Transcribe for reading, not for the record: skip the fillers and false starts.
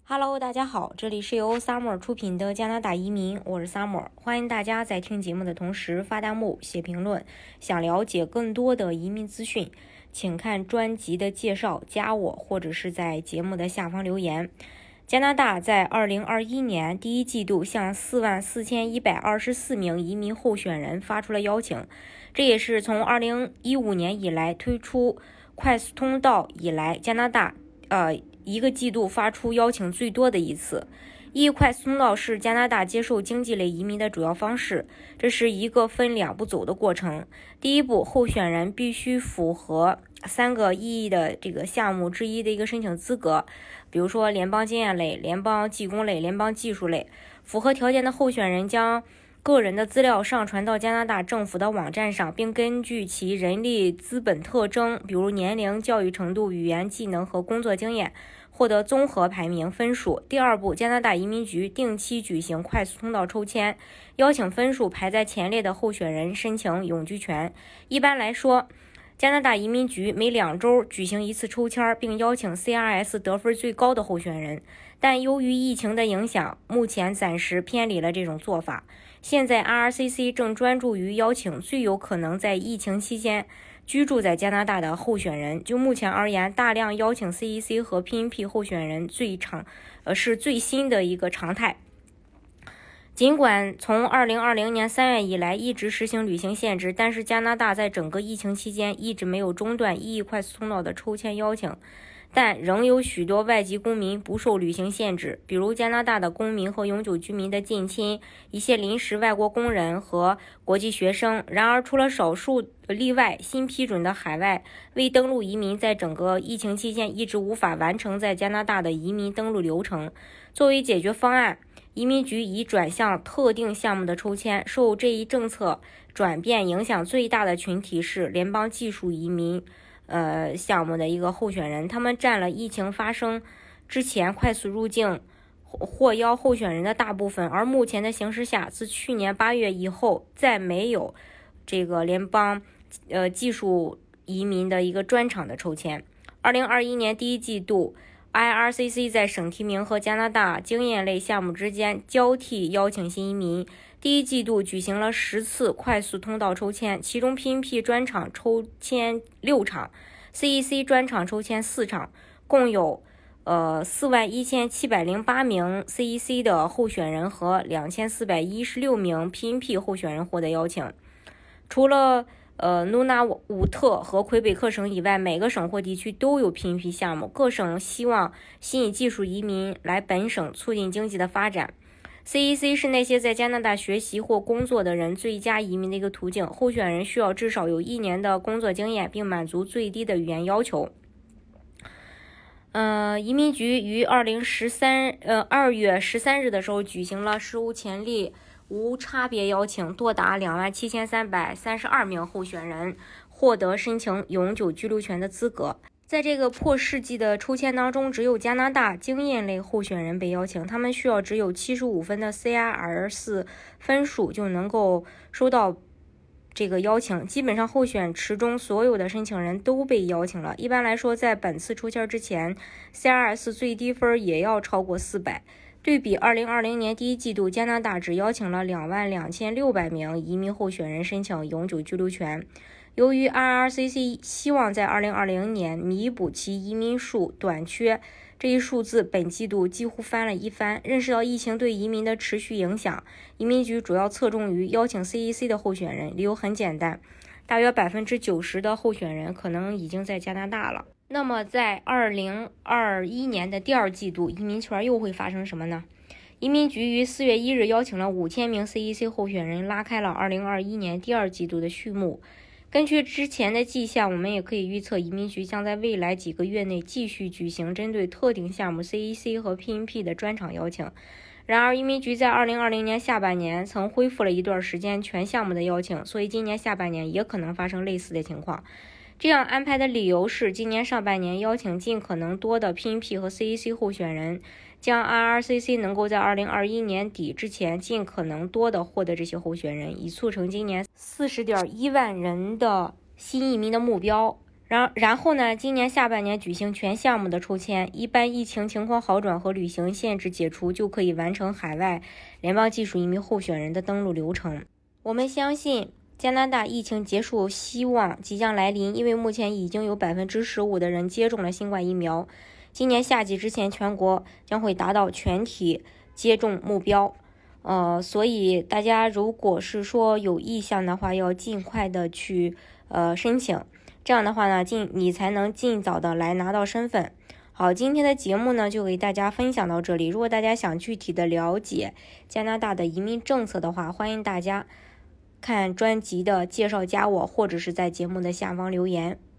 Hello， 大家好，这里是由 Summer 出品的加拿大移民，我是 Summer， 欢迎大家在听节目的同时发弹幕、写评论。想了解更多的移民资讯，请看专辑的介绍，加我或者是在节目的下方留言。加拿大在2021年第一季度向44124名移民候选人发出了邀请，这也是从2015年以来推出快速通道以来加拿大一个季度发出邀请最多的一次。快速通道是加拿大接受经济类移民的主要方式，这是一个分两步走的过程。第一步，候选人必须符合3个意义的这个项目之一的一个申请资格，比如说联邦经验类、联邦技工类、联邦技术类。符合条件的候选人将个人的资料上传到加拿大政府的网站上，并根据其人力资本特征，比如年龄、教育程度、语言技能和工作经验，获得综合排名分数。第二步，加拿大移民局定期举行快速通道抽签，邀请分数排在前列的候选人申请永居权。一般来说，加拿大移民局每2周举行一次抽签，并邀请 CRS 得分最高的候选人。但由于疫情的影响，目前暂时偏离了这种做法。现在 IRCC 正专注于邀请最有可能在疫情期间居住在加拿大的候选人。就目前而言，大量邀请 CEC 和 PNP 候选人是最新的一个常态。尽管从2020年3月以来一直实行旅行限制，但是加拿大在整个疫情期间一直没有中断快速通道的抽签邀请，但仍有许多外籍公民不受旅行限制，比如加拿大的公民和永久居民的近亲、一些临时外国工人和国际学生。然而，除了少数例外，新批准的海外未登陆移民在整个疫情期间一直无法完成在加拿大的移民登陆流程。作为解决方案，移民局已转向特定项目的抽签。受这一政策转变影响最大的群体是联邦技术移民项目的一个候选人，他们占了疫情发生之前快速入境获邀候选人的大部分。而目前的形势下，自去年8月以后，再没有这个联邦技术移民的一个专场的抽签。2021年第一季度IRCC 在省提名和加拿大经验类项目之间交替邀请新移民。第一季度举行了10次快速通道抽签，其中 PNP 专场抽签6场， CEC 专场抽签4场，共有41708名 CEC 的候选人和2416名 PNP 候选人获得邀请。除了努纳武特和魁北克省以外，每个省或地区都有 PNP 项目。各省希望吸引技术移民来本省，促进经济的发展。CEC 是那些在加拿大学习或工作的人最佳移民的一个途径。候选人需要至少有1年的工作经验，并满足最低的语言要求。移民局于2月13日的时候举行了史无前例无差别邀请，多达27332名候选人获得申请永久居留权的资格。在这个破世纪的抽签当中，只有加拿大经验类候选人被邀请，他们需要只有75分的 CRS 分数就能够收到这个邀请。基本上候选池中所有的申请人都被邀请了。一般来说，在本次抽签之前， CRS 最低分也要超过400。对比2020年第一季度，加拿大只邀请了22600名移民候选人申请永久居留权。由于 IRCC 希望在2020年弥补其移民数短缺，这一数字本季度几乎翻了一番。认识到疫情对移民的持续影响，移民局主要侧重于邀请 CEC 的候选人，理由很简单，大约90%的候选人可能已经在加拿大了。那么在2021年的第2季度，移民圈又会发生什么呢？移民局于4月1日邀请了5000名 CEC 候选人，拉开了2021年第2季度的序幕。根据之前的迹象，我们也可以预测移民局将在未来几个月内继续举行针对特定项目 CEC 和 PNP 的专场邀请。然而，移民局在2020年下半年曾恢复了一段时间全项目的邀请，所以今年下半年也可能发生类似的情况。这样安排的理由是，今年上半年邀请尽可能多的 PNP 和 CEC 候选人，将 IRCC 能够在2021年底之前尽可能多的获得这些候选人，以促成今年40.1万人的新移民的目标。 然后呢，今年下半年举行全项目的抽签，一般疫情情况好转和旅行限制解除，就可以完成海外联邦技术移民候选人的登陆流程。我们相信加拿大疫情结束希望即将来临，因为目前已经有15%的人接种了新冠疫苗。今年夏季之前，全国将会达到全体接种目标。所以大家如果是说有意向的话，要尽快的去申请。这样的话呢，你才能尽早的来拿到身份。好，今天的节目呢就给大家分享到这里。如果大家想具体的了解加拿大的移民政策的话，欢迎大家看专辑的介绍加我，或者是在节目的下方留言。